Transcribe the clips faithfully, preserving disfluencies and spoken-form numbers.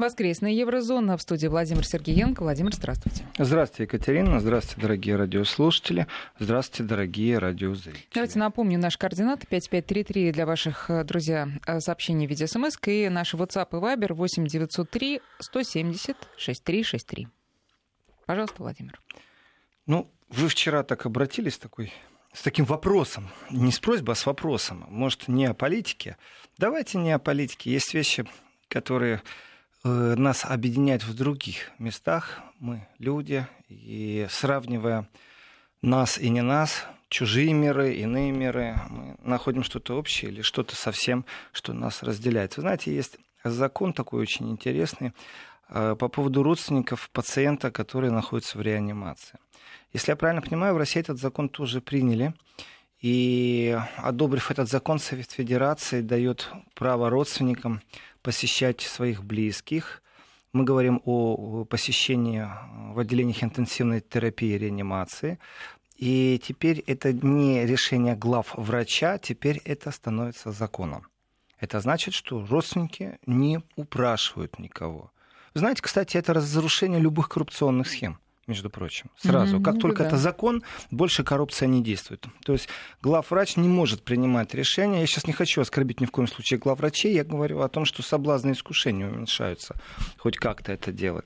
Воскресная Еврозона. В студии Владимир Сергеенко. Владимир, здравствуйте. Здравствуйте, Екатерина. Здравствуйте, дорогие радиослушатели. Здравствуйте, дорогие радиозрители. Давайте напомню наши координаты. пять пять три три для ваших, друзья, сообщений в виде смс. И наши WhatsApp и Viber восемь девятьсот три сто семьдесят шестьдесят три шестьдесят три. Пожалуйста, Владимир. Ну, вы вчера так обратились такой, с таким вопросом. Не с просьбой, а с вопросом. Может, не о политике? Давайте не о политике. Есть вещи, которые нас объединяют в других местах. Мы люди, и сравнивая нас и не нас, чужие миры, иные миры, мы находим что-то общее или что-то совсем, что нас разделяет. Вы знаете, есть закон такой очень интересный по поводу родственников пациента, которые находятся в реанимации. Если я правильно понимаю, в России этот закон тоже приняли. И, одобрив этот закон, Совет Федерации дает право родственникам посещать своих близких. Мы говорим о посещении в отделениях интенсивной терапии и реанимации. И теперь это не решение глав врача, теперь это становится законом. Это значит, что родственники не упрашивают никого. Вы знаете, кстати, это разрушение любых коррупционных схем. Между прочим, сразу. Mm-hmm, как только да. это закон, больше коррупция не действует. То есть главврач не может принимать решения. Я сейчас не хочу оскорбить ни в коем случае главврачей. Я говорю о том, что соблазны и искушения уменьшаются. Хоть как-то это делать.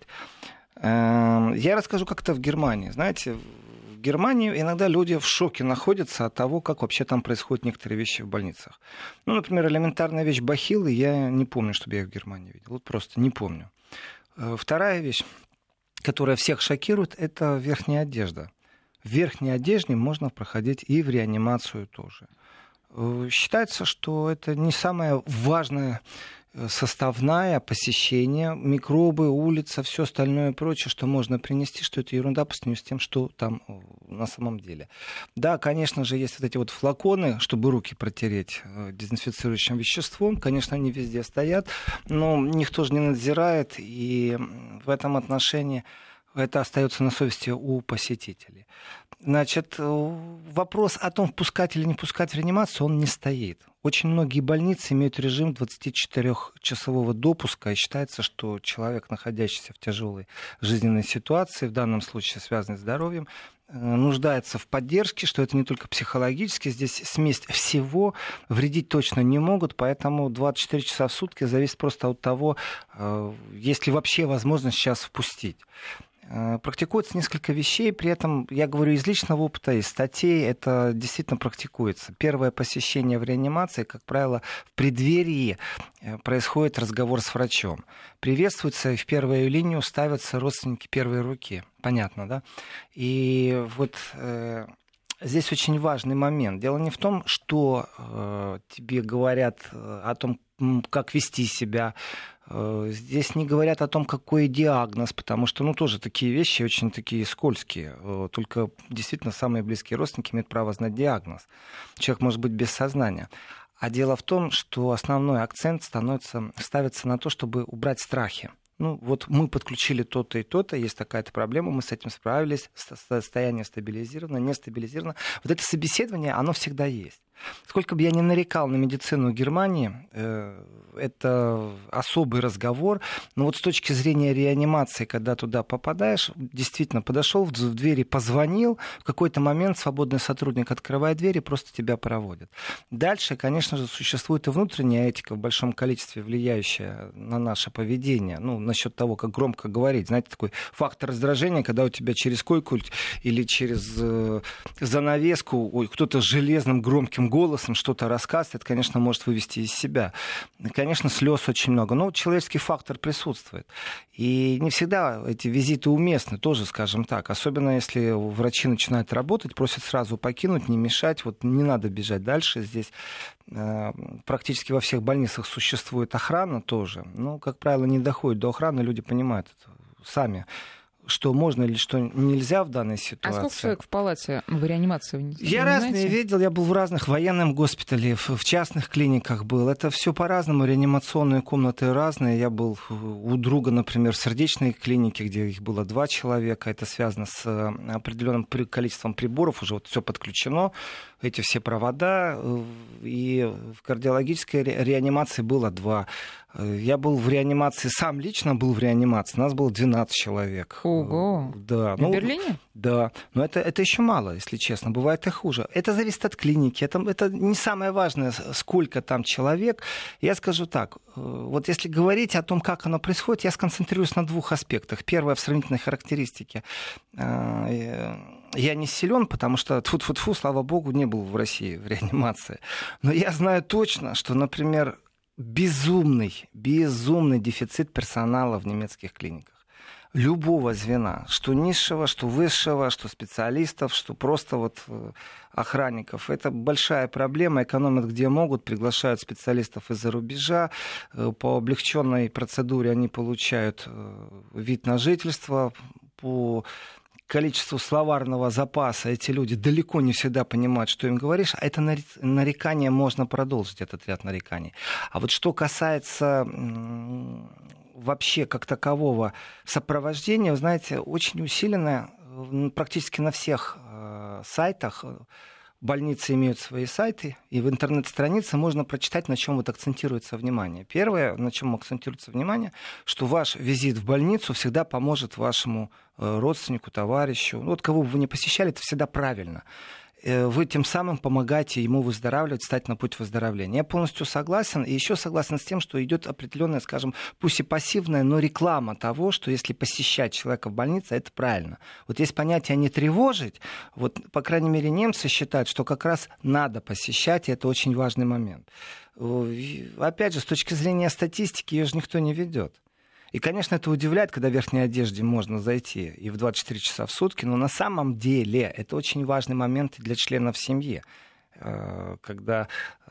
Я расскажу, как это в Германии. Знаете, в Германии иногда люди в шоке находятся от того, как вообще там происходят некоторые вещи в больницах. Ну, например, элементарная вещь бахилы. Я не помню, чтобы я их в Германии видел. Вот просто не помню. Вторая вещь, которая всех шокирует, это верхняя одежда. В верхней одежде можно проходить и в реанимацию тоже. Считается, что это не самая важная составная посещения, микробы, улица, все остальное прочее, что можно принести, что это ерунда по сравнению с тем, что там на самом деле. Да, конечно же, есть вот эти вот флаконы, чтобы руки протереть дезинфицирующим веществом, конечно, они везде стоят, но никто же не надзирает, и в этом отношении это остается на совести у посетителей. Значит, вопрос о том, впускать или не пускать в реанимацию, он не стоит. Очень многие больницы имеют режим двадцатичетырёхчасового допуска, и считается, что человек, находящийся в тяжелой жизненной ситуации, в данном случае связанной с здоровьем, нуждается в поддержке, что это не только психологически, здесь смесь всего, вредить точно не могут, поэтому двадцать четыре часа в сутки зависит просто от того, есть ли вообще возможность сейчас впустить. Практикуется несколько вещей, при этом, я говорю из личного опыта, из статей, это действительно практикуется. Первое посещение в реанимации, как правило, в преддверии происходит разговор с врачом. Приветствуются и в первую линию ставятся родственники первой руки. Понятно, да? И вот э, здесь очень важный момент. Дело не в том, что э, тебе говорят о том, как вести себя. Здесь не говорят о том, какой диагноз, потому что, ну, тоже такие вещи очень такие скользкие. Только действительно самые близкие родственники имеют право знать диагноз. Человек может быть без сознания. А дело в том, что основной акцент становится, ставится на то, чтобы убрать страхи. Ну, вот мы подключили то-то и то-то, есть такая-то проблема, мы с этим справились, состояние стабилизировано, не стабилизировано. Вот это собеседование, оно всегда есть. Сколько бы я ни нарекал на медицину Германии, э, это особый разговор, но вот с точки зрения реанимации, когда туда попадаешь, действительно подошел в двери, позвонил, в какой-то момент свободный сотрудник открывает дверь и просто тебя проводит. Дальше, конечно же, существует и внутренняя этика в большом количестве, влияющая на наше поведение. Ну, насчет того, как громко говорить. Знаете, такой фактор раздражения, когда у тебя через койку или через э, занавеску ой, кто-то железным громким голосом что-то рассказывает, это, конечно, может вывести из себя. Конечно, слез очень много, но человеческий фактор присутствует. И не всегда эти визиты уместны, тоже, скажем так. Особенно, если врачи начинают работать, просят сразу покинуть, не мешать. Вот не надо бежать дальше. Здесь э, практически во всех больницах существует охрана тоже. Но, как правило, не доходит до охраны, люди понимают это сами. что можно или что нельзя в данной А ситуации. сколько человек в палате в реанимации? Вы не, Я не разные знаете? видел, я был в разных военных госпиталях, в частных клиниках был. Это все по-разному, реанимационные комнаты разные. Я был у друга, например, в сердечной клинике, где их было два человека. Это связано с определенным количеством приборов, уже вот все подключено, эти все провода. И в кардиологической реанимации было два. Я был в реанимации, сам лично был в реанимации. Нас было двенадцать человек. Ого! Да. В Ну, Берлине? Да, но это, это еще мало, если честно. Бывает и хуже. Это зависит от клиники. Это, это не самое важное, сколько там человек. Я скажу так. Вот если говорить о том, как оно происходит, я сконцентрируюсь на двух аспектах. Первое, в сравнительной характеристике. Я не силен, потому что, тьфу-тьфу-тьфу, слава богу, не был в России в реанимации. Но я знаю точно, что, например, безумный, безумный дефицит персонала в немецких клиниках. Любого звена, что низшего, что высшего, что специалистов, что просто вот охранников. Это большая проблема. Экономят где могут, приглашают специалистов из-за рубежа. По облегченной процедуре они получают вид на жительство. По количеству словарного запаса эти люди далеко не всегда понимают, что им говоришь, а это нарекание можно продолжить, этот ряд нареканий. А вот что касается вообще как такового сопровождения, вы знаете, очень усиленно практически на всех сайтах. Больницы имеют свои сайты, и в интернет-странице можно прочитать, на чем вот акцентируется внимание. Первое, на чем акцентируется внимание, что ваш визит в больницу всегда поможет вашему родственнику, товарищу. Вот кого бы вы ни посещали, это всегда правильно. Вы тем самым помогаете ему выздоравливать, стать на путь выздоровления. Я полностью согласен. И еще согласен с тем, что идет определенная, скажем, пусть и пассивная, но реклама того, что если посещать человека в больнице, это правильно. Вот есть понятие «не тревожить». Вот, по крайней мере, немцы считают, что как раз надо посещать, и это очень важный момент. Опять же, с точки зрения статистики, ее же никто не ведет. И, конечно, это удивляет, когда в верхней одежде можно зайти и в двадцать четыре часа в сутки, но на самом деле это очень важный момент для членов семьи. Когда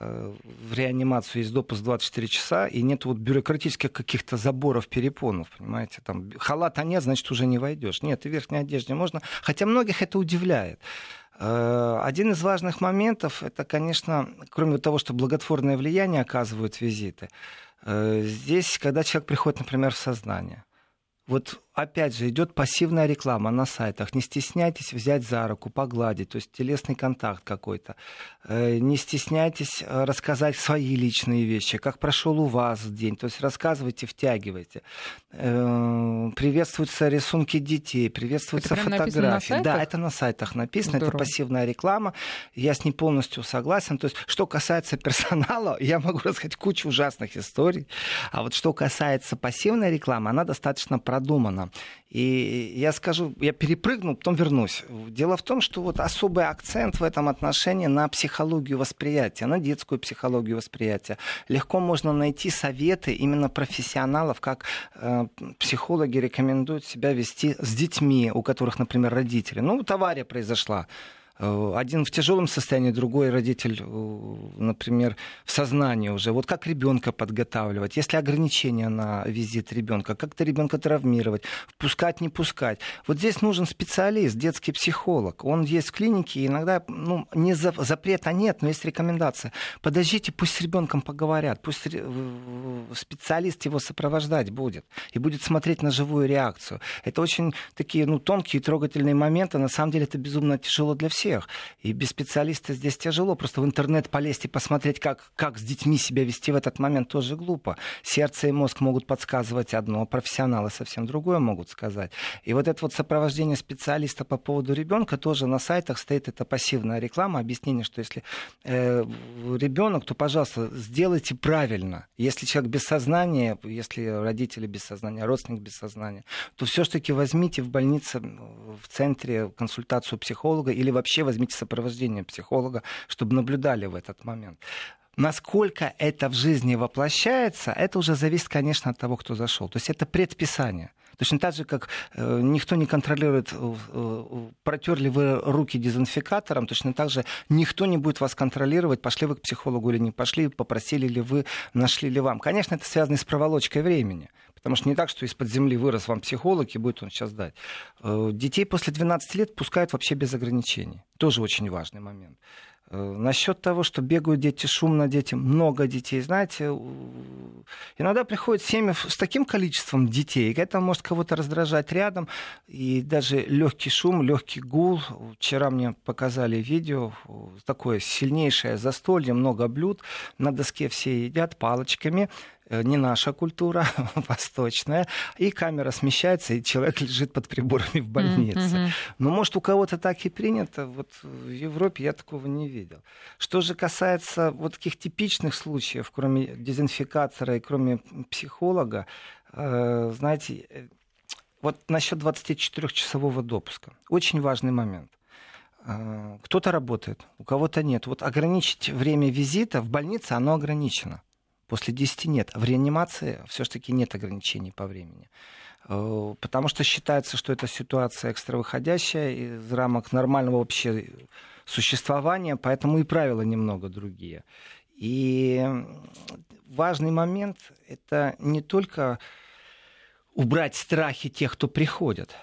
в реанимацию есть допуск двадцать четыре часа, и нет вот бюрократических каких-то заборов, перепонов, понимаете, там халата нет, значит, уже не войдешь. Нет, и в верхней одежде можно, хотя многих это удивляет. Один из важных моментов, это, конечно, кроме того, что благотворное влияние оказывают визиты, здесь, когда человек приходит, например, в сознание, вот опять же идет пассивная реклама на сайтах. Не стесняйтесь взять за руку, погладить, то есть телесный контакт какой-то. Не стесняйтесь рассказать свои личные вещи, как прошел у вас день. То есть рассказывайте, втягивайте. Приветствуются рисунки детей, приветствуются фотографии. Да, это на сайтах написано. Здорово. Это пассивная реклама. Я с ней полностью согласен. То есть, что касается персонала, я могу рассказать кучу ужасных историй. А вот что касается пассивной рекламы, она достаточно продумана. И я скажу, я перепрыгну, потом вернусь. Дело в том, что вот особый акцент в этом отношении на психологию восприятия, на детскую психологию восприятия. Легко можно найти советы именно профессионалов, как э, психологи рекомендуют себя вести с детьми, у которых, например, родители. Ну, вот авария произошла. Один в тяжелом состоянии, другой родитель, например, в сознании уже. Вот как ребенка подготавливать, есть ли ограничения на визит ребенка, как-то ребенка травмировать, впускать, не пускать. Вот здесь нужен специалист, детский психолог. Он есть в клинике, и иногда ну, не за, запрета нет, но есть рекомендация. Подождите, пусть с ребенком поговорят, пусть специалист его сопровождать будет и будет смотреть на живую реакцию. Это очень такие ну, тонкие, трогательные моменты. На самом деле это безумно тяжело для всех. И без специалиста здесь тяжело. Просто в интернет полезть и посмотреть, как, как с детьми себя вести в этот момент, тоже глупо. Сердце и мозг могут подсказывать одно, а профессионалы совсем другое могут сказать. И вот это вот сопровождение специалиста по поводу ребенка тоже на сайтах стоит эта пассивная реклама, объяснение, что если э, ребенок, то, пожалуйста, сделайте правильно. Если человек без сознания, если родители без сознания, родственник без сознания, то все-таки возьмите в больнице, в центре консультацию психолога или вообще возьмите сопровождение психолога, чтобы наблюдали в этот момент. Насколько это в жизни воплощается, это уже зависит, конечно, от того, кто зашел. То есть это предписание. Точно так же, как э, никто не контролирует, э, протерли вы руки дезинфикатором, точно так же никто не будет вас контролировать, пошли вы к психологу или не пошли, попросили ли вы, нашли ли вам. Конечно, это связано с проволочкой времени. Потому что не так, что из-под земли вырос вам психолог, и будет он сейчас дать. Детей после двенадцати лет пускают вообще без ограничений. Тоже очень важный момент. Насчет того, что бегают дети, шумно дети, много детей. Знаете, иногда приходят семьи с таким количеством детей, и это может кого-то раздражать рядом. И даже легкий шум, легкий гул. Вчера мне показали видео, такое сильнейшее застолье, много блюд. На доске все едят палочками. Не наша культура, восточная. И камера смещается, и человек лежит под приборами в больнице. Mm-hmm. Но, может, у кого-то так и принято. Вот в Европе я такого не видел. Что же касается вот таких типичных случаев, кроме дезинфикатора и кроме психолога, э, знаете, вот насчет двадцатичетырёхчасового допуска. Очень важный момент. Э, кто-то работает, у кого-то нет. Вот ограничить время визита в больнице, оно ограничено. После десяти нет. В реанимации все-таки нет ограничений по времени. Потому что считается, что это ситуация экстравыходящая из рамок нормального вообще существования, поэтому и правила немного другие. И важный момент — это не только убрать страхи тех, кто приходит.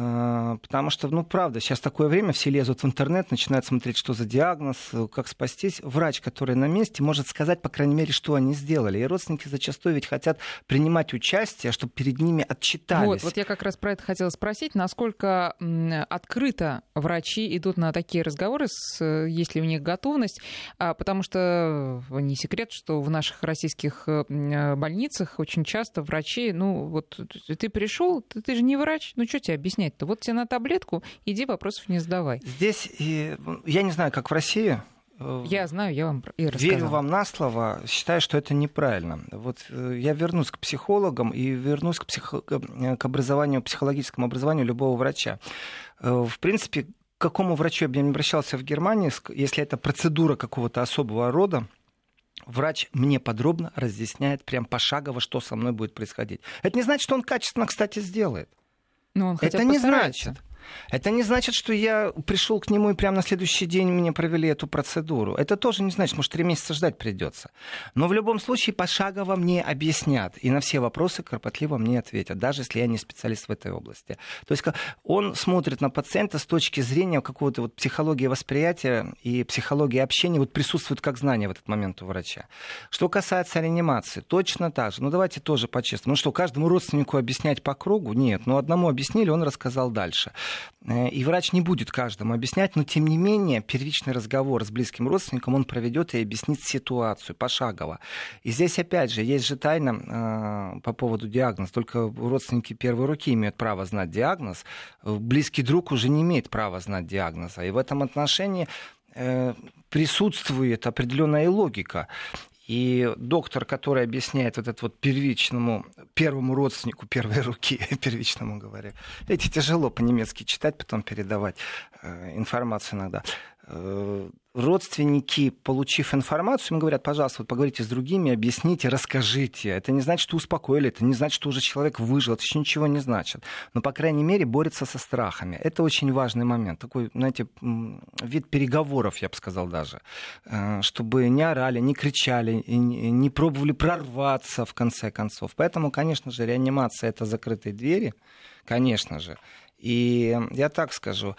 Потому что, ну, правда, сейчас такое время, все лезут в интернет, начинают смотреть, что за диагноз, как спастись. Врач, который на месте, может сказать, по крайней мере, что они сделали. И родственники зачастую ведь хотят принимать участие, чтобы перед ними отчитались. Вот, вот я как раз про это хотела спросить. Насколько открыто врачи идут на такие разговоры, с, есть ли у них готовность? Потому что не секрет, что в наших российских больницах очень часто врачи, ну, вот ты пришел, ты, ты же не врач, ну, что тебе объяснять? Снять-то. Вот тебе на таблетку, иди, вопросов не задавай. Здесь, я не знаю, как в России. Я знаю, я вам и рассказала. Верю вам на слово, считаю, что это неправильно. Вот я вернусь к психологам и вернусь к, психо... к образованию, психологическому образованию любого врача. В принципе, к какому врачу я бы не обращался в Германии, если это процедура какого-то особого рода, врач мне подробно разъясняет прям пошагово, что со мной будет происходить. Это не значит, что он качественно, кстати, сделает. Но он хотя это бы не постарается. значит. Это не значит, что я пришел к нему и прямо на следующий день мне провели эту процедуру. Это тоже не значит, может, три месяца ждать придется. Но в любом случае пошагово мне объяснят. И на все вопросы кропотливо мне ответят, даже если я не специалист в этой области. То есть он смотрит на пациента с точки зрения какого-то вот психологии восприятия и психологии общения, вот присутствует как знание в этот момент у врача. Что касается реанимации, точно так же. Ну, давайте тоже по-честному. Ну что, каждому родственнику объяснять по кругу? Нет. Ну, одному объяснили, он рассказал дальше. И врач не будет каждому объяснять, но тем не менее первичный разговор с близким родственником он проведет и объяснит ситуацию пошагово. И здесь опять же есть же тайна э, по поводу диагноза. Только родственники первой руки имеют право знать диагноз. Близкий друг уже не имеет права знать диагноза. И в этом отношении э, присутствует определенная логика. И доктор, который объясняет вот это вот первичному, первому родственнику первой руки, первичному говоря, эти тяжело по-немецки читать, потом передавать э, информацию иногда. Э, родственники, получив информацию, им говорят, пожалуйста, вот поговорите с другими, объясните, расскажите. Это не значит, что успокоили, это не значит, что уже человек выжил, это еще ничего не значит. Но, по крайней мере, борется со страхами. Это очень важный момент. Такой, знаете, вид переговоров, я бы сказал даже. Чтобы не орали, не кричали, не пробовали прорваться, в конце концов. Поэтому, конечно же, реанимация — это закрытые двери, конечно же. И я так скажу,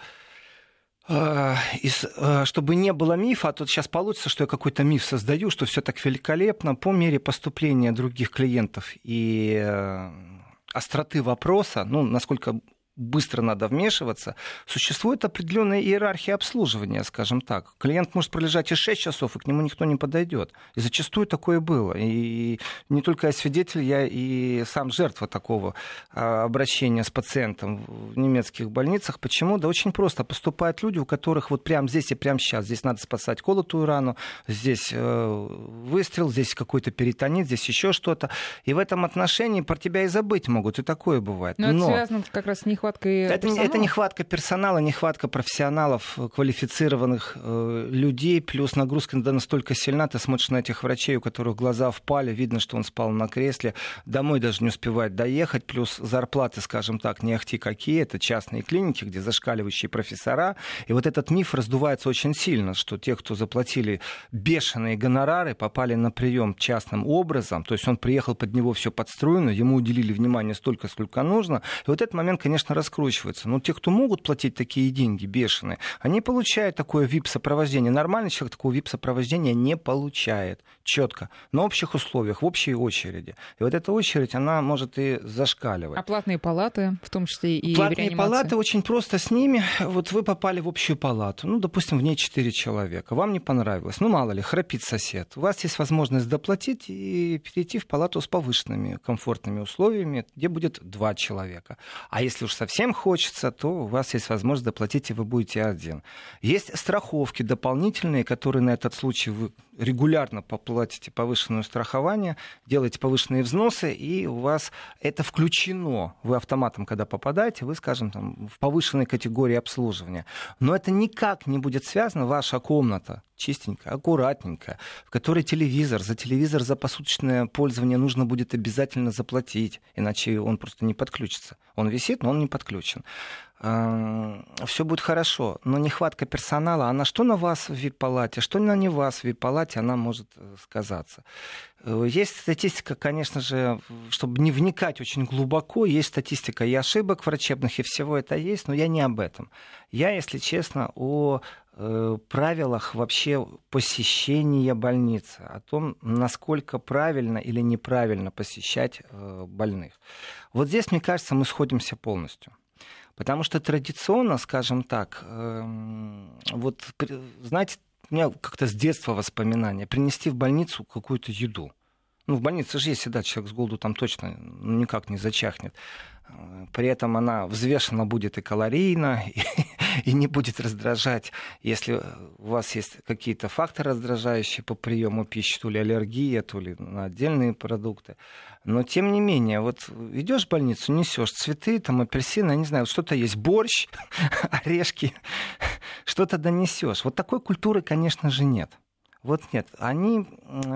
И, чтобы не было мифа, а тут сейчас получится, что я какой-то миф создаю, что все так великолепно. По мере поступления других клиентов и остроты вопроса, ну, насколько быстро надо вмешиваться, существует определенная иерархия обслуживания, скажем так. Клиент может пролежать и шесть часов, и к нему никто не подойдет. И зачастую такое было. И не только я свидетель, я и сам жертва такого обращения с пациентом в немецких больницах. Почему? Да очень просто. Поступают люди, у которых вот прямо здесь и прямо сейчас. Здесь надо спасать колотую рану, здесь выстрел, здесь какой-то перитонит, здесь еще что-то. И в этом отношении про тебя и забыть могут. И такое бывает. Но, Но... это связано как раз с нехваткой нехваткой это, персонала? Это нехватка персонала, нехватка профессионалов, квалифицированных э, людей, плюс нагрузка настолько сильна, ты смотришь на этих врачей, у которых глаза впали, видно, что он спал на кресле, домой даже не успевает доехать, плюс зарплаты, скажем так, не ахти какие, это частные клиники, где зашкаливающие профессора, и вот этот миф раздувается очень сильно, что те, кто заплатили бешеные гонорары, попали на прием частным образом, то есть он приехал, под него все подстроено, ему уделили внимание столько, сколько нужно, и вот этот момент, конечно, раскручивается. Но те, кто могут платить такие деньги бешеные, они получают такое ви ай пи-сопровождение. Нормальный человек такого ви ай пи-сопровождения не получает четко, на общих условиях, в общей очереди. И вот эта очередь, она может и зашкаливать. А платные палаты, в том числе и Платные реанимация? палаты очень просто с ними. Вот вы попали в общую палату, ну, допустим, в ней четыре человека. Вам не понравилось, ну, мало ли, храпит сосед. У вас есть возможность доплатить и перейти в палату с повышенными комфортными условиями, где будет два человека. А если уж совсем хочется, то у вас есть возможность доплатить, и вы будете один. Есть страховки дополнительные, которые на этот случай вы регулярно поплатите повышенное страхование, делаете повышенные взносы, и у вас это включено. Вы автоматом, когда попадаете, вы, скажем, там, в повышенной категории обслуживания. Но это никак не будет связано, ваша комната чистенькая, аккуратненькая, в которой телевизор, за телевизор за посуточное пользование нужно будет обязательно заплатить, иначе он просто не подключится. Он висит, но он не подключен. Все будет хорошо, но нехватка персонала, она что на вас в ви ай пи-палате, что на не вас в ви ай пи-палате, она может сказаться. Есть статистика, конечно же, чтобы не вникать очень глубоко, есть статистика и ошибок врачебных, и всего это есть, но я не об этом. Я, если честно, о правилах вообще посещения больницы, о том, насколько правильно или неправильно посещать больных. Вот здесь, мне кажется, мы сходимся полностью. Потому что традиционно, скажем так, вот, знаете, у меня как-то с детства воспоминания, принести в больницу какую-то еду. Ну, в больнице же есть всегда, человек с голоду там точно никак не зачахнет. При этом она взвешена будет и калорийно, и, и не будет раздражать, если у вас есть какие-то факторы раздражающие по приему пищи, то ли аллергия, то ли на отдельные продукты. Но тем не менее, вот идешь в больницу, несешь цветы, там апельсины, я не знаю, что-то есть, борщ, орешки, что-то донесешь. Вот такой культуры, конечно же, нет. Вот нет. Они,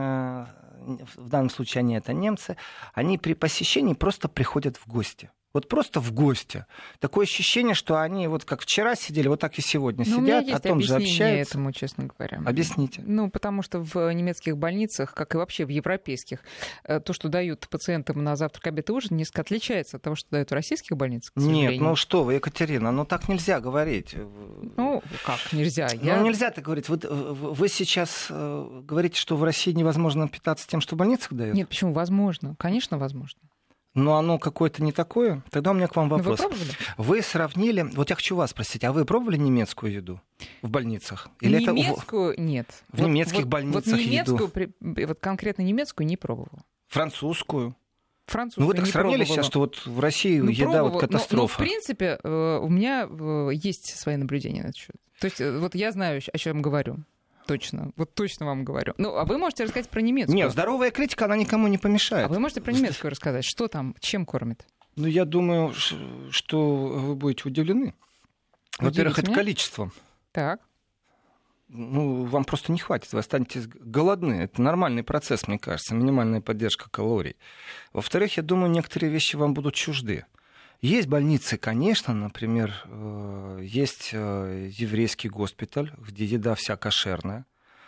в данном случае они это немцы, они при посещении просто приходят в гости. Вот просто в гости. Такое ощущение, что они вот как вчера сидели, вот так и сегодня Но сидят, у меня есть о том же общаются. Этому, честно говоря. Объясните. Ну, потому что в немецких больницах, как и вообще в европейских, то, что дают пациентам на завтрак, обед и ужин, несколько отличается от того, что дают в российских больницах, к сожалению. Нет, ну что вы, Екатерина, ну так нельзя говорить. Ну, как нельзя? Я... Ну, нельзя так говорить. Вот вы сейчас говорите, что в России невозможно питаться тем, что в больницах дают? Нет, почему? Возможно. Конечно, возможно. Но оно какое-то не такое. Тогда у меня к вам вопрос. Вы пробовали? Вы сравнили... Вот я хочу вас спросить, а вы пробовали немецкую еду в больницах? Или немецкую? Это... Нет. В вот, немецких вот, больницах вот немецкую, еду? Вот конкретно немецкую не пробовала. Французскую? Французскую ну вы так не сравнили пробовала. сейчас, что вот в России ну, еда пробовала. вот катастрофа. Но, но, в принципе, у меня есть свои наблюдения на этот счет. То есть вот я знаю, о чем говорю. Точно, вот точно вам говорю. Ну, а вы можете рассказать про немецкую? Нет, здоровая критика, она никому не помешает. А вы можете про немецкую рассказать? Что там, чем кормят? Ну, я думаю, что вы будете удивлены. Во-первых, это количеством. Так. Ну, вам просто не хватит, вы останетесь голодны. Это нормальный процесс, мне кажется, минимальная поддержка калорий. Во-вторых, я думаю, некоторые вещи вам будут чужды. Есть больницы, конечно, например, есть еврейский госпиталь, где еда вся кошерная.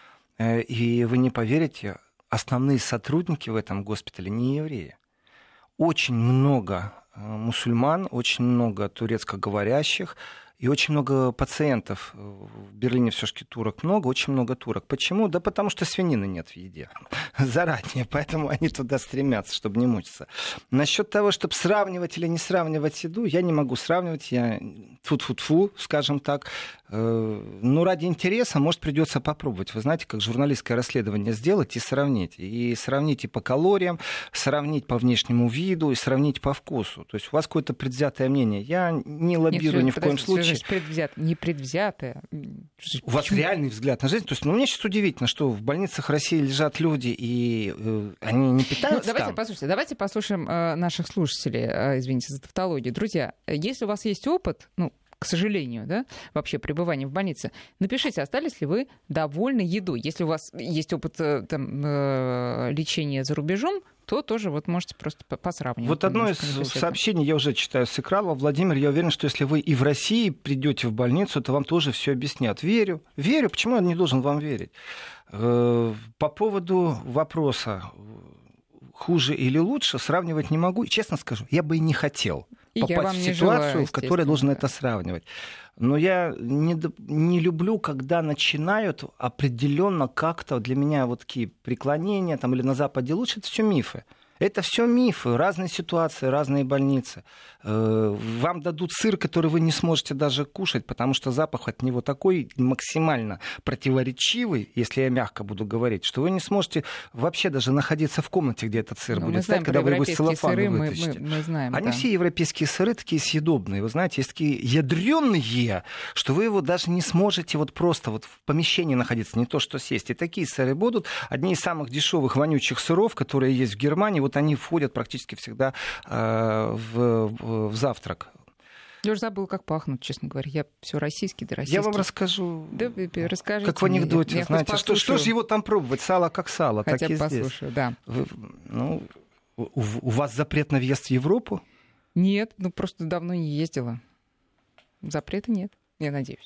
И вы не поверите, основные сотрудники в этом госпитале не евреи. Очень много мусульман, очень много турецкоговорящих и очень много пациентов. В Берлине все-таки турок много, очень много турок. Почему? Да потому что свинины нет в еде заранее, поэтому они туда стремятся, чтобы не мучиться. Насчет того, чтобы сравнивать или не сравнивать еду, я не могу сравнивать, я тьфу-тьфу-тьфу, скажем так. Ну, ради интереса, может, придется попробовать. Вы знаете, как журналистское расследование сделать и сравнить. И сравнить и по калориям, сравнить по внешнему виду, и сравнить по вкусу. То есть у вас какое-то предвзятое мнение. Я не лоббирую Нет, ни в коем случае. жизнь. Предвзят... Не предвзятая. У вас реальный взгляд на жизнь. То есть, ну, мне сейчас удивительно, что в больницах России лежат люди, и э, они не питаются ну, давайте, там. Послушайте, давайте послушаем э, наших слушателей, э, извините за тавтологию. Друзья, если у вас есть опыт, ну, к сожалению, да, вообще пребывания в больнице, напишите, остались ли вы довольны едой. Если у вас есть опыт там, э, лечения за рубежом, то тоже вот можете просто посравнивать. Вот одно из сообщений я уже читаю с экрана. Владимир, я уверен, что если вы и в России придете в больницу, то вам тоже все объяснят. Верю. Верю. Почему я не должен вам верить? По поводу вопроса, хуже или лучше, сравнивать не могу. И, честно скажу, я бы и не хотел и попасть в ситуацию, желаю, в которой я должен это сравнивать. Но я не, не люблю, когда начинают определенно как-то для меня вот такие преклонения там, или на Западе лучше, это все мифы. Это все мифы, разные ситуации, разные больницы. Вам дадут сыр, который вы не сможете даже кушать, потому что запах от него такой максимально противоречивый, если я мягко буду говорить, что вы не сможете вообще даже находиться в комнате, где этот сыр Но будет стоять, когда вы его из целлофана вытащите. Мы, мы, мы знаем, Они да. все европейские сыры такие съедобные. Вы знаете, есть такие ядреные, что вы его даже не сможете вот просто вот в помещении находиться, не то что съесть. И такие сыры будут. Одни из самых дешевых вонючих сыров, которые есть в Германии, вот они входят практически всегда э, в, в завтрак. Я уже забыла, как пахнут, честно говоря. Я все российский, да российский. Я вам расскажу, да, расскажите как в анекдоте, мне. знаете, что, что же его там пробовать? Сало как сало, Хотя так и послушаю, здесь. Да. Вы, ну, у, у вас запрет на въезд в Европу? Нет, ну просто давно не ездила. Запрета нет, я надеюсь.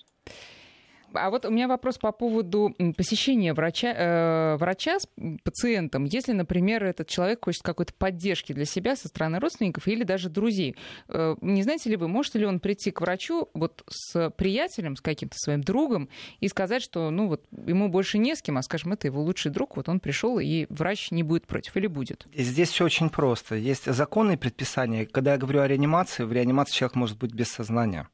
А вот у меня вопрос по поводу посещения врача, э, врача с пациентом. Если, например, этот человек хочет какой-то поддержки для себя со стороны родственников или даже друзей, э, не знаете ли вы, может ли он прийти к врачу вот с приятелем, с каким-то своим другом и сказать, что ну, вот, ему больше не с кем, а, скажем, это его лучший друг, вот он пришел, и врач не будет против или будет? Здесь все очень просто. Есть законные предписания. Когда я говорю о реанимации, в реанимации человек может быть без сознания.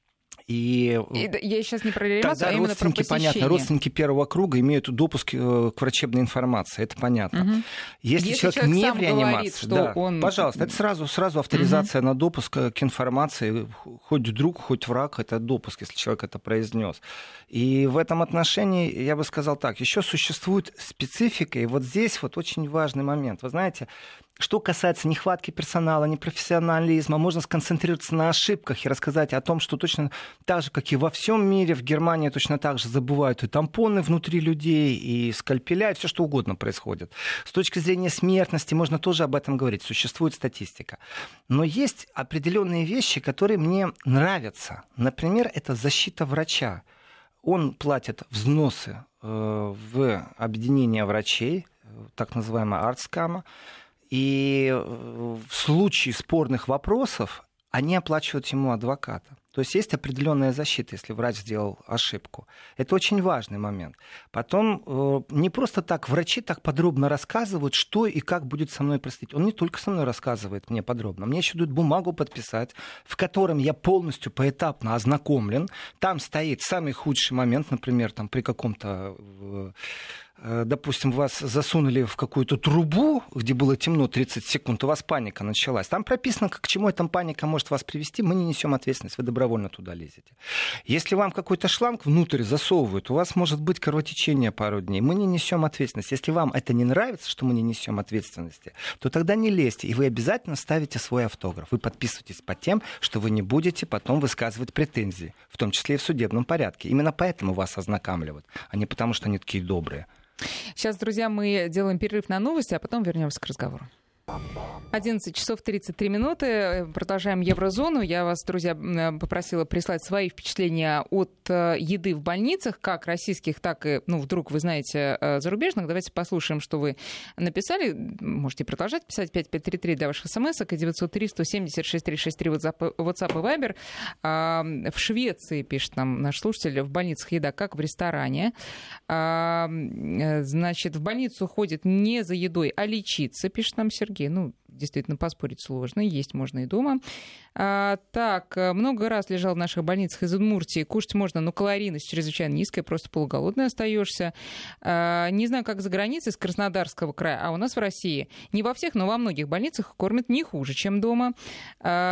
И, и я сейчас не про реанимацию, а именно про посещение. Понятно, родственники первого круга имеют допуск к врачебной информации, это понятно. Угу. Если, Если человек, человек не в реанимации, говорит, что да, он... пожалуйста, это сразу, сразу авторизация угу. на допуск к информации, хоть друг, хоть враг, это допуск, если человек это произнес. И в этом отношении я бы сказал так, еще существует специфика, и вот здесь вот очень важный момент. Вы знаете, что касается нехватки персонала, непрофессионализма, можно сконцентрироваться на ошибках и рассказать о том, что точно так же, как и во всем мире, в Германии точно так же забывают и тампоны внутри людей, и скальпеля, и все что угодно происходит. С точки зрения смертности можно тоже об этом говорить, существует статистика. Но есть определенные вещи, которые мне нравятся. Например, это защита врача. Он платит взносы в объединение врачей, так называемая Артскама, и в случае спорных вопросов они оплачивают ему адвоката. То есть есть определенная защита, если врач сделал ошибку. Это очень важный момент. Потом не просто так врачи так подробно рассказывают, что и как будет со мной происходить. Он не только со мной рассказывает мне подробно. Мне еще дают бумагу подписать, в котором я полностью поэтапно ознакомлен. Там стоит самый худший момент, например, там, при каком-то... допустим, вас засунули в какую-то трубу, где было темно тридцать секунд, у вас паника началась. Там прописано, к чему эта паника может вас привести, мы не несем ответственность, вы добровольно туда лезете. Если вам какой-то шланг внутрь засовывают, у вас может быть кровотечение пару дней, мы не несем ответственность. Если вам это не нравится, что мы не несем ответственности, то тогда не лезьте, и вы обязательно ставите свой автограф. Вы подписываетесь под тем, что вы не будете потом высказывать претензии, в том числе и в судебном порядке. Именно поэтому вас ознакомливают, а не потому, что они такие добрые. Сейчас, друзья, мы делаем перерыв на новости, а потом вернемся к разговору. одиннадцать часов тридцать три минуты. Продолжаем Еврозону. Я вас, друзья, попросила прислать свои впечатления от еды в больницах, как российских, так и, ну, вдруг вы знаете, зарубежных. Давайте послушаем, что вы написали. Можете продолжать писать. пять пять три три для ваших смс-ок и девятьсот три сто семьдесят шесть триста шестьдесят три WhatsApp и Viber. В Швеции, пишет нам наш слушатель, в больницах еда как в ресторане. Значит, в больницу ходит не за едой, а лечиться, пишет нам Сергей. Ну, действительно, поспорить сложно, есть можно и дома. А, так, много раз лежал в наших больницах из Удмуртии. Кушать можно, но калорийность чрезвычайно низкая, просто полуголодный остаешься. А, не знаю, как за границей, из Краснодарского края, а у нас в России не во всех, но во многих больницах кормят не хуже, чем дома. А,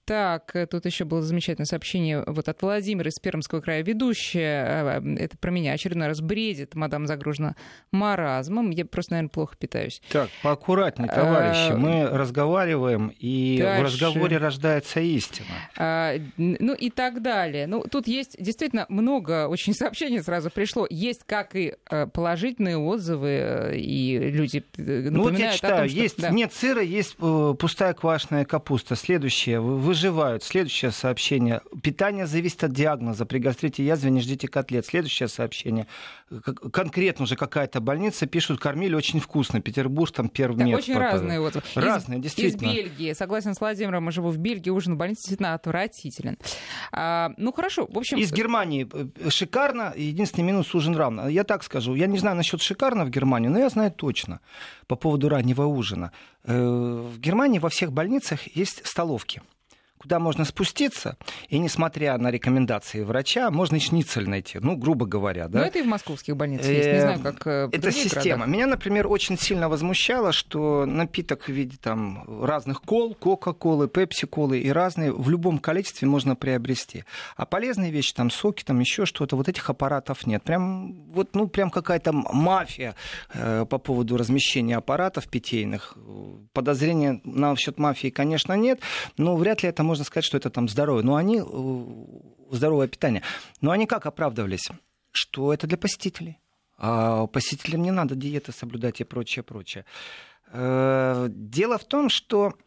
Так, тут еще было замечательное сообщение вот от Владимира из Пермского края. Ведущая, это про меня, очередной раз бредит, мадам загружена маразмом. Я просто, наверное, плохо питаюсь. Так, поаккуратнее, товарищи. А... Мы разговариваем, и дальше... в разговоре рождается истина. А, ну и так далее. Ну, тут есть действительно много очень сообщений сразу пришло. Есть как и положительные отзывы, и люди напоминают ну, вот я читаю, о том, что... Есть, да. Нет сыра, есть пустая квашеная капуста. Следующее. Выживают. Следующее сообщение. Питание зависит от диагноза. При гастрите и язве не ждите котлет. Следующее сообщение. Конкретно уже какая-то больница пишут, кормили очень вкусно. Петербург, там первый да, мед. Очень разные отзывы. Разные, из, действительно. Из Бельгии. Согласен с Владимиром, я живу в Бельгии. Ужин в больнице действительно отвратителен. А, ну, хорошо. В общем... Из Германии шикарно. Единственный минус — ужин рано. Я так скажу. Я не знаю насчет шикарно в Германии, но я знаю точно по поводу раннего ужина. В Германии во всех больницах есть столовки, куда можно спуститься, и, несмотря на рекомендации врача, можно и шницель найти, ну, грубо говоря. Да? Но это и в московских больницах есть, не знаю, как в Это система. Городах. Меня, например, очень сильно возмущало, что напиток в виде там, разных кол, кока-колы, пепси-колы и разные в любом количестве можно приобрести. А полезные вещи, там, соки, там, еще что-то, вот этих аппаратов нет. Прям, вот, ну, прям какая-то мафия э, по поводу размещения аппаратов питейных. Подозрения насчет мафии, конечно, нет, но вряд ли это можно сказать, что это там здоровье. Но они, здоровое питание. Но они как оправдывались? Что это для посетителей. А посетителям не надо диеты соблюдать и прочее, прочее. Дело в том, что,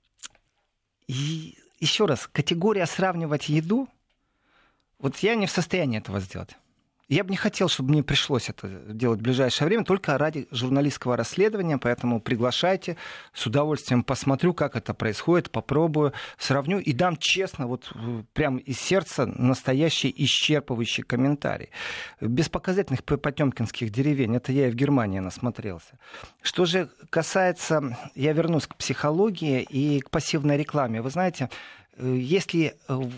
еще раз, категория сравнивать еду, вот я не в состоянии этого сделать. Я бы не хотел, чтобы мне пришлось это делать в ближайшее время, только ради журналистского расследования, поэтому приглашайте, с удовольствием посмотрю, как это происходит, попробую, сравню и дам честно, вот прям из сердца настоящий исчерпывающий комментарий. Без показательных потемкинских деревень, это я и в Германии насмотрелся. Что же касается, я вернусь к психологии и к пассивной рекламе. Вы знаете, если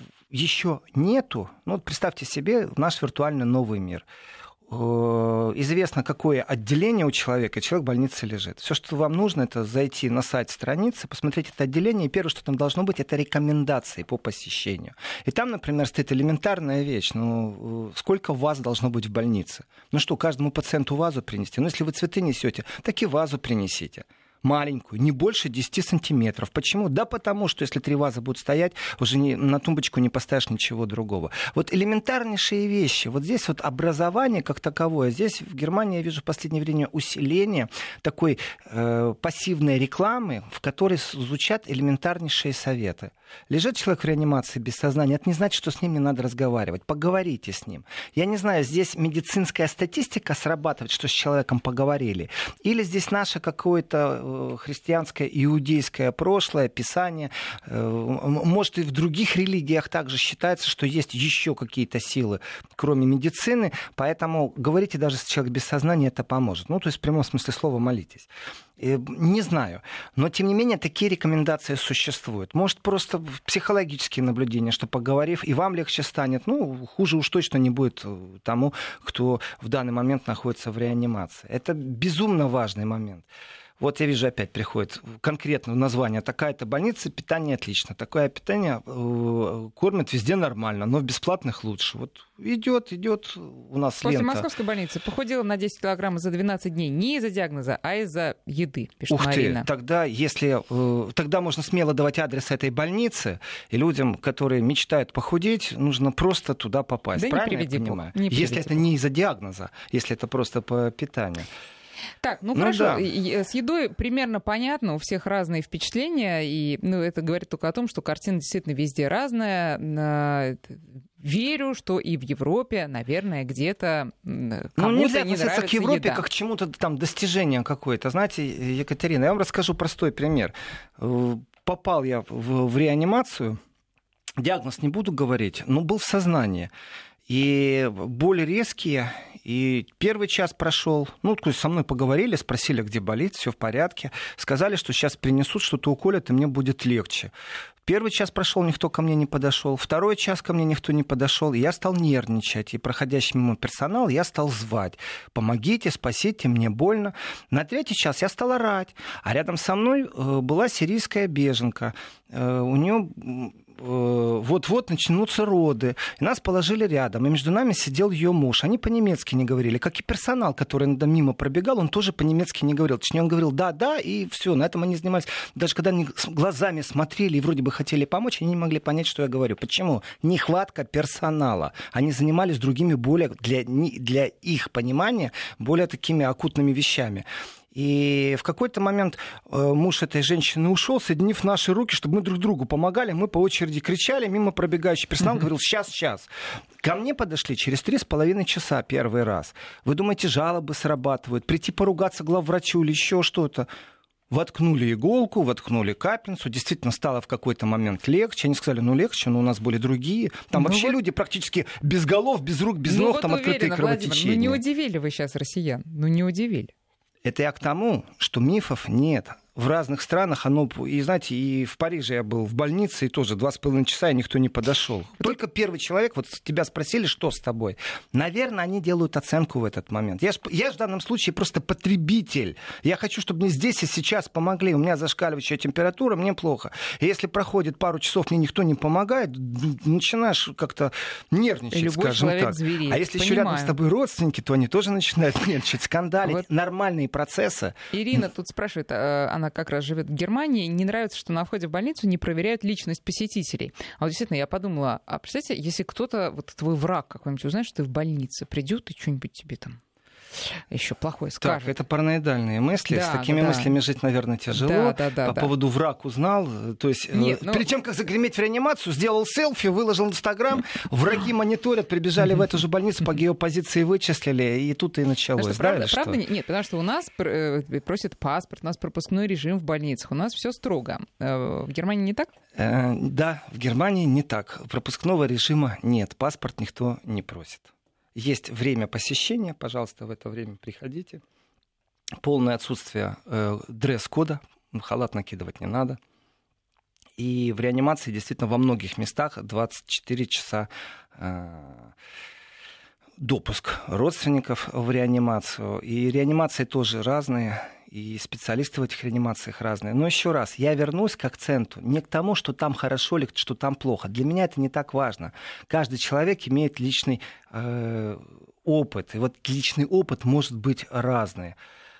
еще нету, ну вот представьте себе наш виртуальный новый мир. Известно, какое отделение у человека, человек в больнице лежит. Все, что вам нужно, это зайти на сайт страницы, посмотреть это отделение, и первое, что там должно быть, это рекомендации по посещению. И там, например, стоит элементарная вещь, ну, сколько ваз должно быть в больнице? Ну что, каждому пациенту вазу принести? Ну, если вы цветы несете, так и вазу принесите. Маленькую, не больше десяти сантиметров. Почему? Да потому, что если три вазы будут стоять, уже не, на тумбочку не поставишь ничего другого. Вот элементарнейшие вещи. Вот здесь вот образование как таковое. Здесь в Германии я вижу в последнее время усиление такой э, пассивной рекламы, в которой звучат элементарнейшие советы. Лежит человек в реанимации без сознания, это не значит, что с ним не надо разговаривать. Поговорите с ним. Я не знаю, здесь медицинская статистика срабатывает, что с человеком поговорили, или здесь наше какое-то христианское, иудейское прошлое, писание. Может, и в других религиях также считается, что есть еще какие-то силы, кроме медицины, поэтому говорите даже с человеком без сознания, это поможет. Ну, то есть в прямом смысле слова молитесь. Не знаю. Но, тем не менее, такие рекомендации существуют. Может, просто психологические наблюдения, что, поговорив, и вам легче станет. Ну, хуже уж точно не будет тому, кто в данный момент находится в реанимации. Это безумно важный момент. Вот я вижу, опять приходит конкретно название. Такая-то больница, питание отлично. Такое питание э, кормят везде нормально, но в бесплатных лучше. Вот идет, идет у нас После лента. После московской больницы похудела на десять килограммов за двенадцать дней. Не из-за диагноза, а из-за еды, пишет Ух Марина. Ты, тогда, если, э, тогда можно смело давать адрес этой больницы, и людям, которые мечтают похудеть, нужно просто туда попасть. Да правильно не приведи, я понимаю? Не если это не из-за диагноза, если это просто по питанию. Так, ну, ну хорошо, да. С едой примерно понятно, у всех разные впечатления, и ну, это говорит только о том, что картина действительно везде разная. Верю, что и в Европе, наверное, где-то кому-то ну, нельзя не относиться нравится к Европе еда. Как к чему-то там достижению какое-то. Знаете, Екатерина, я вам расскажу простой пример. Попал я в, в реанимацию, диагноз не буду говорить, но был в сознании. И боли резкие, и первый час прошел. Ну, то есть со мной поговорили, спросили, где болит, все в порядке. Сказали, что сейчас принесут, что-то уколят, и мне будет легче. Первый час прошел, никто ко мне не подошел. Второй час ко мне никто не подошел. И я стал нервничать. И проходящий мимо персонал я стал звать. Помогите, спасите, мне больно. На третий час я стал орать. А рядом со мной была сирийская беженка. У нее вот-вот начнутся роды. И нас положили рядом, и между нами сидел ее муж. Они по-немецки не говорили, как и персонал, который мимо пробегал, он тоже по-немецки не говорил. Точнее, он говорил «да-да», и все, на этом они занимались. Даже когда они глазами смотрели и вроде бы хотели помочь, они не могли понять, что я говорю. Почему? Нехватка персонала. Они занимались другими более, для, для их понимания, более такими акутными вещами. И в какой-то момент муж этой женщины ушел, соединив наши руки, чтобы мы друг другу помогали. Мы по очереди кричали, мимо пробегающий персонал mm-hmm. говорил «сейчас, сейчас». Ко мне подошли через три с половиной часа первый раз. Вы думаете, жалобы срабатывают? Прийти поругаться главврачу или еще что-то? Воткнули иголку, воткнули капельницу. Действительно стало в какой-то момент легче. Они сказали, ну легче, но у нас были другие. Там ну вообще вот... люди практически без голов, без рук, без ну ног, вот там уверена, открытые кровотечения. Владимир, ну не удивили вы сейчас россиян? Ну не удивили. Это я к тому, что мифов нет. В разных странах оно... И, знаете, и в Париже я был в больнице, и тоже два с половиной часа, и никто не подошел. Только первый человек, вот тебя спросили, что с тобой. Наверное, они делают оценку в этот момент. Я же я ж в данном случае просто потребитель. Я хочу, чтобы мне здесь и сейчас помогли. У меня зашкаливающая температура, мне плохо. И если проходит пару часов, мне никто не помогает, начинаешь как-то нервничать, скажем так. Звереет. А если Понимаю. Еще рядом с тобой родственники, то они тоже начинают нервничать, скандалить. Вот. Нормальные процессы. Ирина тут спрашивает, она как раз живет в Германии, не нравится, что на входе в больницу не проверяют личность посетителей. А вот действительно, я подумала, а представьте, если кто-то, вот твой враг какой-нибудь узнает, что ты в больнице, придет и что-нибудь тебе там еще плохое скажет. Так, это параноидальные мысли. Да, С такими да, мыслями жить, наверное, тяжело. Да, да, да, По да. поводу враг узнал. То есть, Нет, ну... перед тем, как загреметь в реанимацию, сделал селфи, выложил в Инстаграм, враги мониторят, прибежали в эту же больницу, по геопозиции вычислили, и тут и началось. Что, да, правда, что? правда? Нет, потому что у нас просят паспорт, у нас пропускной режим в больницах, у нас все строго. В Германии не так? Э, да, в Германии не так. Пропускного режима нет, паспорт никто не просит. Есть время посещения, пожалуйста, в это время приходите. Полное отсутствие э, дресс-кода, халат накидывать не надо. И в реанимации действительно во многих местах двадцать четыре часа э, допуск родственников в реанимацию. И реанимации тоже разные. И специалисты в этих реанимациях разные. Но еще раз, я вернусь к акценту не к тому, что там хорошо или что там плохо. Для меня это не так важно. Каждый человек имеет личный э, опыт. И вот личный опыт может быть разный.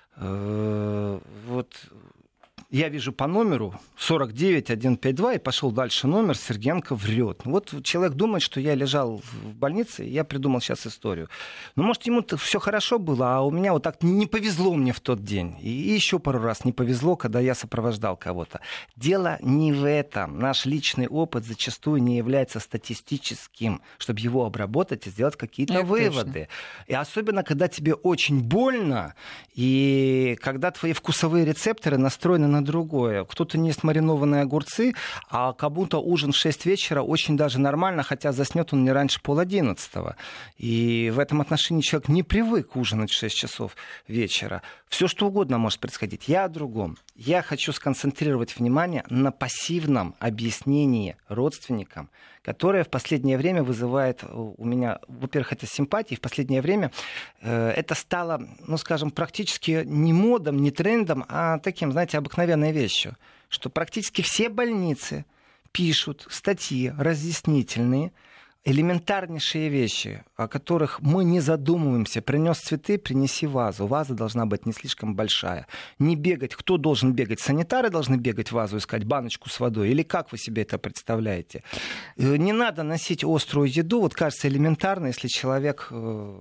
Э, вот... Я вижу по номеру сорок девять сто пятьдесят два и пошел дальше номер, Сергенко врет. Вот человек думает, что я лежал в больнице, и я придумал сейчас историю. Ну, может, ему все хорошо было, а у меня вот так не повезло мне в тот день. И еще пару раз не повезло, когда я сопровождал кого-то. Дело не в этом. Наш личный опыт зачастую не является статистическим, чтобы его обработать и сделать какие-то Это выводы. Точно. И особенно, когда тебе очень больно, и когда твои вкусовые рецепторы настроены на другое. Кто-то не ест маринованные огурцы, а кому-то ужин в шесть вечера очень даже нормально, хотя заснет он не раньше пол одиннадцатого. И в этом отношении человек не привык ужинать в шесть часов вечера. Все что угодно может происходить. Я о другом. Я хочу сконцентрировать внимание на пассивном объяснении родственникам, которое в последнее время вызывает у меня, во-первых, это симпатии, в последнее время э, это стало, ну, скажем, практически не модом, не трендом, а таким, знаете, обыкновенной вещью, что практически все больницы пишут статьи разъяснительные, элементарнейшие вещи, о которых мы не задумываемся. Принес цветы, принеси вазу. Ваза должна быть не слишком большая. Не бегать. Кто должен бегать? Санитары должны бегать вазу, искать баночку с водой? Или как вы себе это представляете? Не надо носить острую еду. Вот кажется элементарно, если человек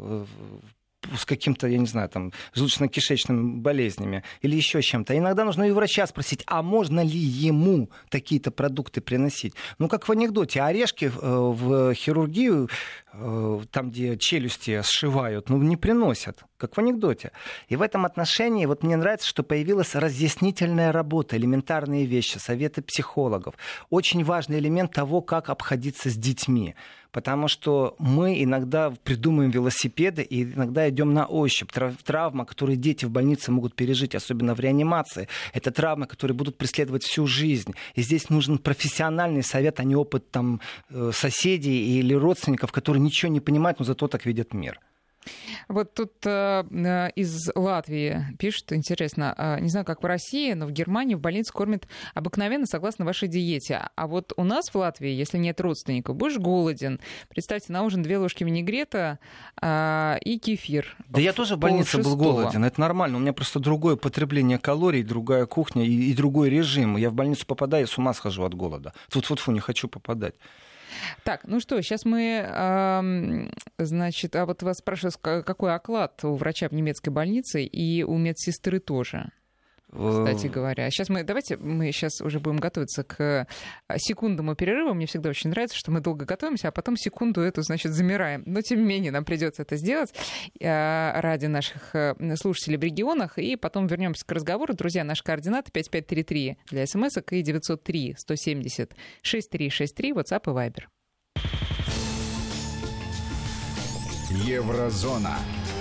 с каким-то, я не знаю, там, желудочно-кишечными болезнями или еще чем-то. Иногда нужно и у врача спросить, а можно ли ему такие-то продукты приносить? Ну, как в анекдоте, орешки в хирургию, там, где челюсти сшивают, ну, не приносят, как в анекдоте. И в этом отношении вот мне нравится, что появилась разъяснительная работа, элементарные вещи, советы психологов. Очень важный элемент того, как обходиться с детьми. Потому что мы иногда придумываем велосипеды и иногда идем на ощупь. Травма, которую дети в больнице могут пережить, особенно в реанимации, это травмы, которые будут преследовать всю жизнь. И здесь нужен профессиональный совет, а не опыт там, соседей или родственников, которые ничего не понимают, но зато так видят мир. Вот тут э, из Латвии пишут, интересно, э, не знаю, как в России, но в Германии в больнице кормят обыкновенно согласно вашей диете. А вот у нас в Латвии, если нет родственников, будешь голоден. Представьте, на ужин две ложки винегрета э, и кефир. Да я тоже в больнице был голоден, это нормально. У меня просто другое потребление калорий, другая кухня и, и другой режим. Я в больницу попадаю, с ума схожу от голода. Фу-фу-фу, не хочу попадать. Так, ну что, сейчас мы, э, значит, а вот вас спрашивают, какой оклад у врача в немецкой больнице и у медсестры тоже, кстати говоря. Сейчас мы, давайте мы сейчас уже будем готовиться к секундному перерыву. Мне всегда очень нравится, что мы долго готовимся, а потом секунду эту, значит, замираем. Но, тем не менее, нам придется это сделать э, ради наших слушателей в регионах. И потом вернемся к разговору. Друзья, наши координаты пять пять три три для смс-ок и девятьсот три сто семьдесят шесть три шесть три, WhatsApp и Viber. Еврозона.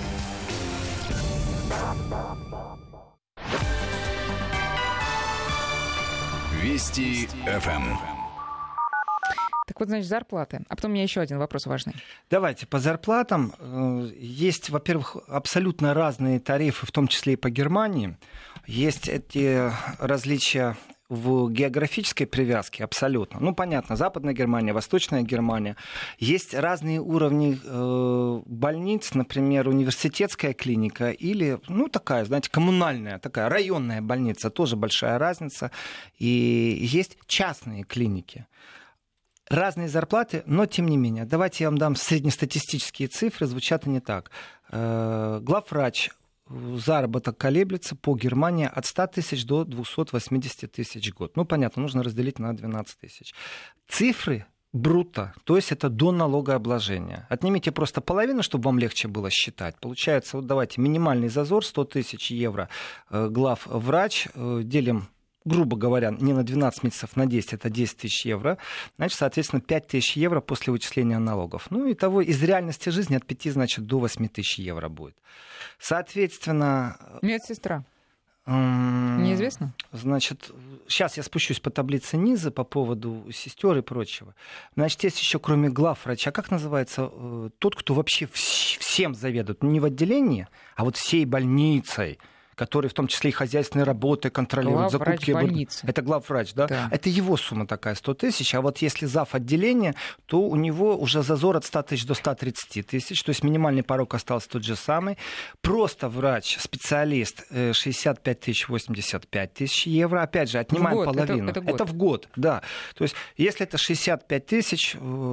Вести эф эм. Так вот, значит, зарплаты. А потом у меня еще один вопрос важный. Давайте по зарплатам. Есть, во-первых, абсолютно разные тарифы, в том числе и по Германии. Есть эти различия в географической привязке абсолютно. Ну, понятно, Западная Германия, Восточная Германия. Есть разные уровни э, больниц, например, университетская клиника или, ну, такая, знаете, коммунальная, такая районная больница, тоже большая разница. И есть частные клиники. Разные зарплаты, но тем не менее. Давайте я вам дам среднестатистические цифры, звучат они так. Э, главврач. Заработок колеблется по Германии от ста тысяч до двухсот восьмидесяти тысяч в год. Ну, понятно, нужно разделить на двенадцать тысяч. Цифры бруто, то есть это до налогообложения. Отнимите просто половину, чтобы вам легче было считать. Получается, вот давайте, минимальный зазор сто тысяч евро. Главврач делим, грубо говоря, не на двенадцать месяцев, на десять, это десять тысяч евро. Значит, соответственно, пять тысяч евро после вычисления налогов. Ну, и того из реальности жизни от пяти, значит, до восьми тысяч евро будет. Соответственно... Медсестра. Неизвестно? Значит, сейчас я спущусь по таблице низа по поводу сестер и прочего. Значит, есть еще, кроме главврача, как называется тот, кто вообще всем заведует? Не в отделении, а вот всей больницей, который в том числе и хозяйственные работы контролирует, закупки. Больницы. Это главврач, да? Да. Это его сумма такая, сто тысяч. А вот если зав. Отделения, то у него уже зазор от ста тысяч до ста тридцати тысяч. То есть минимальный порог остался тот же самый. Просто врач, специалист шестьдесят пять тысяч, восемьдесят пять тысяч евро. Опять же, отнимаем год. половину. Это, это, год. это в год, да. То есть если это шестьдесят пять тысяч,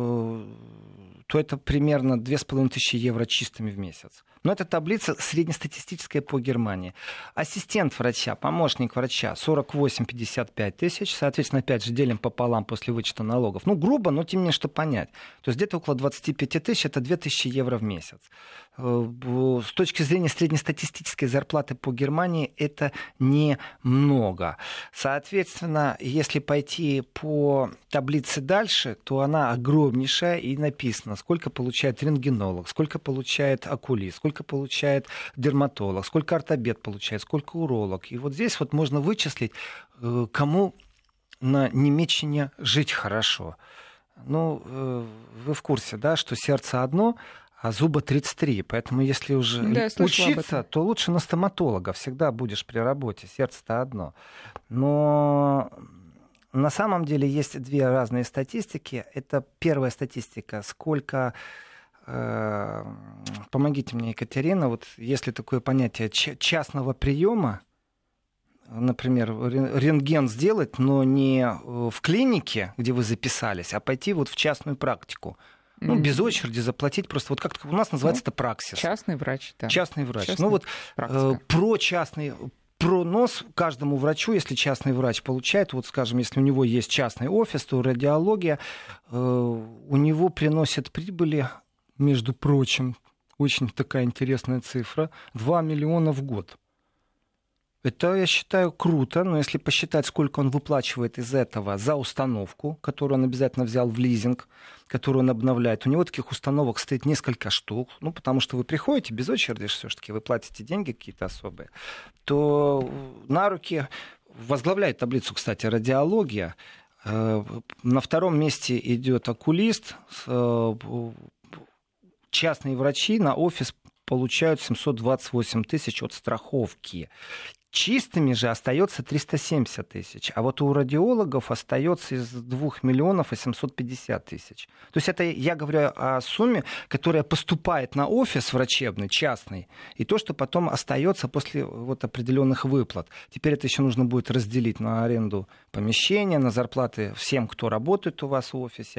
то это примерно две тысячи пятьсот евро чистыми в месяц. Но это таблица среднестатистическая по Германии. Ассистент врача, помощник врача сорок восемь — пятьдесят пять тысяч. Соответственно, опять же, делим пополам после вычета налогов. Ну, грубо, но тем не менее, чтобы понять. То есть где-то около двадцать пять тысяч, это две тысячи евро в месяц. С точки зрения среднестатистической зарплаты по Германии это немного. Соответственно, если пойти по таблице дальше, то она огромнейшая и написано, сколько получает рентгенолог, сколько получает окулист, сколько получает дерматолог, сколько ортопед получает, сколько уролог. И вот здесь вот можно вычислить, кому на Немеччине жить хорошо. Ну, вы в курсе, да, что сердце одно, а зуба тридцать три. Поэтому если уже да, учиться, то лучше на стоматолога. Всегда будешь при работе. Сердце-то одно. Но на самом деле есть две разные статистики. Это первая статистика. Сколько... Э, помогите мне, Екатерина. Вот если такое понятие частного приема, например, рентген сделать, но не в клинике, где вы записались, а пойти вот в частную практику. Ну, mm-hmm. без очереди заплатить. Просто вот как у нас называется это ну, праксис. Частный врач, да. Частный врач. Частный ну вот э, про частный пронос каждому врачу, если частный врач получает, вот скажем, если у него есть частный офис, то радиология, э, у него приносит прибыли, между прочим, очень такая интересная цифра, два миллиона в год. Это, я считаю, круто, но если посчитать, сколько он выплачивает из этого за установку, которую он обязательно взял в лизинг, которую он обновляет, у него таких установок стоит несколько штук, ну, потому что вы приходите без очереди, все-таки вы платите деньги какие-то особые, то на руки возглавляет таблицу, кстати, радиология. На втором месте идет окулист, частные врачи, на офис получают семьсот двадцать восемь тысяч от страховки. Чистыми же остается триста семьдесят тысяч, а вот у радиологов остается из двух миллионов восемьсот пятьдесят тысяч. То есть это я говорю о сумме, которая поступает на офис врачебный, частный, и то, что потом остается после вот определенных выплат. Теперь это еще нужно будет разделить на аренду помещения, на зарплаты всем, кто работает у вас в офисе.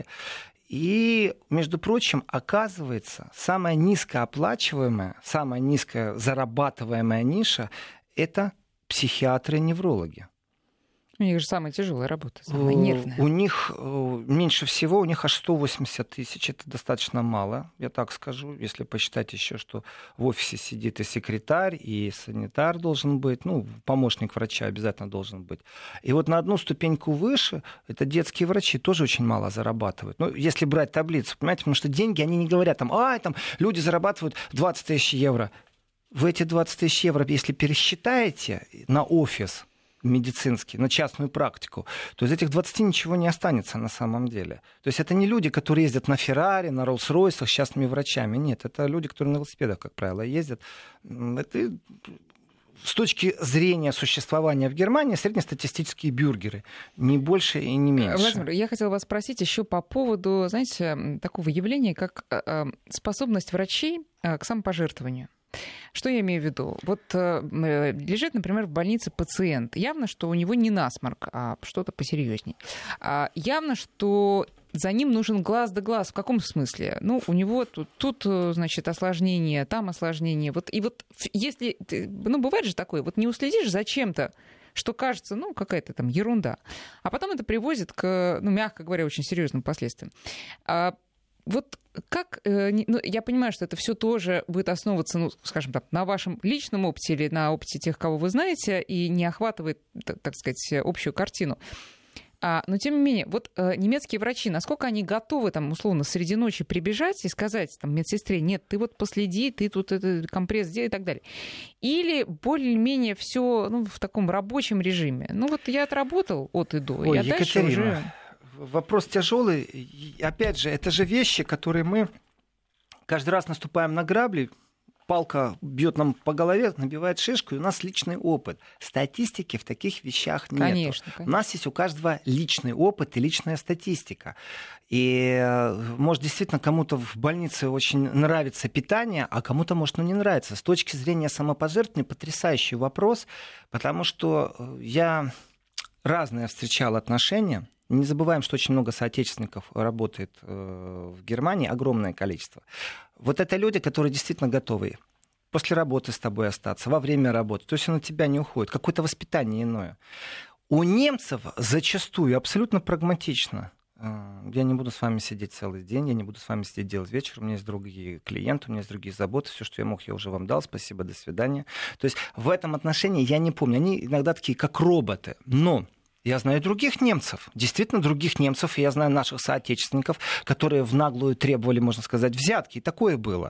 И, между прочим, оказывается, самая низкооплачиваемая, самая низкозарабатываемая ниша – это психиатры-неврологи. У них же самая тяжелая работа, самая нервная. У них меньше всего, у них аж сто восемьдесят тысяч. Это достаточно мало, я так скажу. Если посчитать еще, что в офисе сидит и секретарь, и санитар должен быть, ну, помощник врача обязательно должен быть. И вот на одну ступеньку выше, это детские врачи, тоже очень мало зарабатывают. Ну, если брать таблицу, понимаете, потому что деньги, они не говорят, там, а, там, люди зарабатывают двадцать тысяч евро. Вы эти двадцать тысяч евро, если пересчитаете на офис медицинский, на частную практику, то из этих двадцати ничего не останется на самом деле. То есть это не люди, которые ездят на Феррари, на Роллс-Ройсах с частными врачами. Нет, это люди, которые на велосипедах, как правило, ездят. Это, с точки зрения существования в Германии, среднестатистические бюргеры. Не больше и не меньше. Владимир, я хотела вас спросить еще по поводу, знаете, такого явления, как способность врачей к самопожертвованию. Что я имею в виду? Вот э, лежит, например, в больнице пациент. Явно, что у него не насморк, а что-то посерьезней. А явно, что за ним нужен глаз да глаз. В каком смысле? Ну, у него тут, тут значит, осложнение, там осложнение. Вот, и вот если... Ну, бывает же такое, вот не уследишь за чем-то, что кажется, ну, какая-то там ерунда. А потом это приводит к, ну, мягко говоря, очень серьезным последствиям. А вот как, ну, я понимаю, что это все тоже будет основываться, ну, скажем так, на вашем личном опыте или на опыте тех, кого вы знаете, и не охватывает, так, так сказать, общую картину. А, но, тем не менее, вот э, немецкие врачи, насколько они готовы, там, условно, среди ночи прибежать и сказать там, медсестре, нет, ты вот последи, ты тут этот компресс сделай и так далее. Или более-менее все, ну, в таком рабочем режиме. Ну, вот я отработал от и до, Ой, я дальше уже... Вопрос тяжелый. Опять же, это же вещи, которые мы каждый раз наступаем на грабли, палка бьет нам по голове, набивает шишку, и у нас личный опыт. Статистики в таких вещах нет. Конечно, конечно. У нас есть у каждого личный опыт и личная статистика. И, может, действительно, кому-то в больнице очень нравится питание, а кому-то, может, ну, не нравится. С точки зрения самопожертвования потрясающий вопрос, потому что я разные встречал отношения. Не забываем, что очень много соотечественников работает в Германии, огромное количество. Вот это люди, которые действительно готовы после работы с тобой остаться, во время работы. То есть он от тебя не уходит. Какое-то воспитание иное. У немцев зачастую абсолютно прагматично. Я не буду с вами сидеть целый день, я не буду с вами сидеть делать вечер, у меня есть другие клиенты, у меня есть другие заботы, все, что я мог, я уже вам дал, спасибо, до свидания. То есть в этом отношении я не помню, они иногда такие, как роботы, но... Я знаю других немцев, действительно других немцев, и я знаю наших соотечественников, которые в наглую требовали, можно сказать, взятки, и такое было.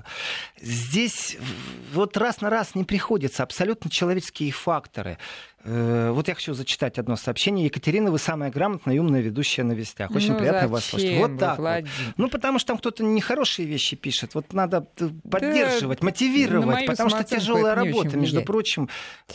Здесь вот раз на раз не приходится абсолютно человеческие факторы. Вот я хочу зачитать одно сообщение. Екатерина, вы самая грамотная и умная ведущая на Вестях. Очень ну, приятно вас слушать. Вот так вот. Ну, потому что там кто-то нехорошие вещи пишет. Вот надо поддерживать, да, мотивировать, потому что тяжелая работа, между прочим,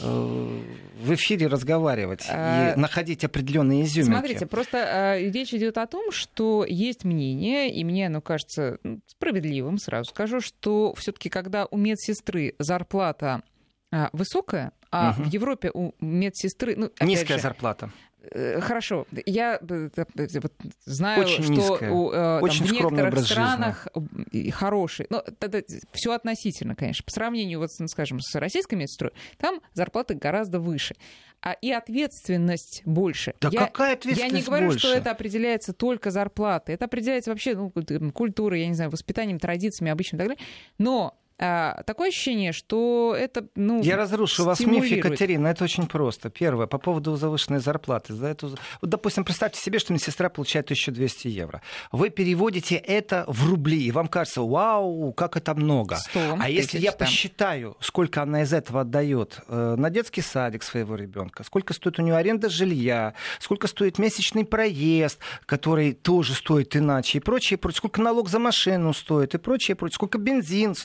в эфире разговаривать а... и находить определенные изюминки. Смотрите, просто э, речь идет о том, что есть мнение, и мне оно кажется справедливым, сразу скажу, что все-таки, когда у медсестры зарплата э, высокая, а угу. в Европе у медсестры... Ну, низкая же, зарплата. Хорошо, я вот знаю, очень что низкая. У, очень там, в некоторых странах жизни. Хорошие. Но это все относительно, конечно. По сравнению, вот, скажем, с российской медсестрой, там зарплаты гораздо выше. А и ответственность больше. Да я, какая ответственность Я не говорю, больше? что это определяется только зарплатой. Это определяется вообще ну, культурой, я не знаю, воспитанием, традициями обычными и так далее. Но А, такое ощущение, что это, ну, я разрушу вас миф, Екатерина, это очень просто. Первое, по поводу завышенной зарплаты. За эту... Вот, допустим, представьте себе, что медсестра получает тысячу двести евро. Вы переводите это в рубли, и вам кажется, вау, как это много. сто а если тысяч, я там. посчитаю, сколько она из этого отдает э, на детский садик своего ребенка, сколько стоит у нее аренда жилья, сколько стоит месячный проезд, который тоже стоит иначе, и прочее, и прочее, сколько налог за машину стоит, и прочее, и прочее, сколько бензин стоит,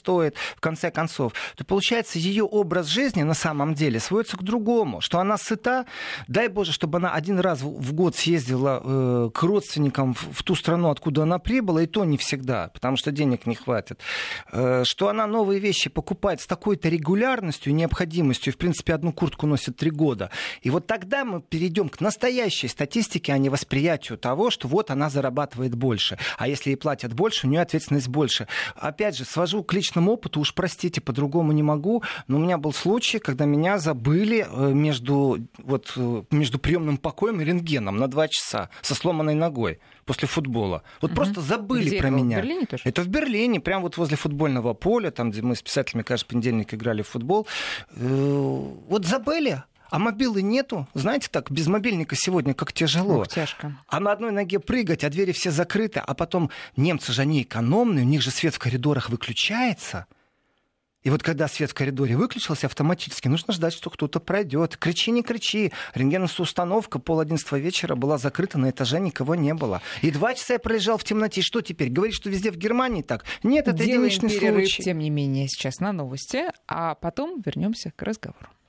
в конце концов, то получается ее образ жизни на самом деле сводится к другому, что она сыта, дай Боже, чтобы она один раз в год съездила э, к родственникам в, в ту страну, откуда она прибыла, и то не всегда, потому что денег не хватит, э, что она новые вещи покупает с такой-то регулярностью и необходимостью, и, в принципе, одну куртку носит три года. И вот тогда мы перейдем к настоящей статистике, а не восприятию того, что вот она зарабатывает больше. А если ей платят больше, у нее ответственность больше. Опять же, свожу к личному опыту, уж простите, по-другому не могу, но у меня был случай, когда меня забыли между, вот, между приемным покоем и рентгеном на два часа со сломанной ногой после футбола. Вот угу. просто забыли Где про это, меня. В Берлине тоже? Это в Берлине, прямо вот возле футбольного поля, там, где мы с писателями каждый понедельник играли в футбол. Вот забыли. А мобилы нету. Знаете, так, без мобильника сегодня как тяжело. Ох, тяжко. А на одной ноге прыгать, а двери все закрыты. А потом немцы же, они экономные, у них же свет в коридорах выключается. И вот когда свет в коридоре выключился автоматически, нужно ждать, что кто-то пройдет. Кричи, не кричи. Рентгеновская установка пол одиннадцатого вечера была закрыта, на этаже никого не было. И два часа я пролежал в темноте. И что теперь? Говорить, что везде в Германии так? Нет, это Делаем единичный перерыв, случай. тем не менее, сейчас на новости, а потом вернемся к разговору.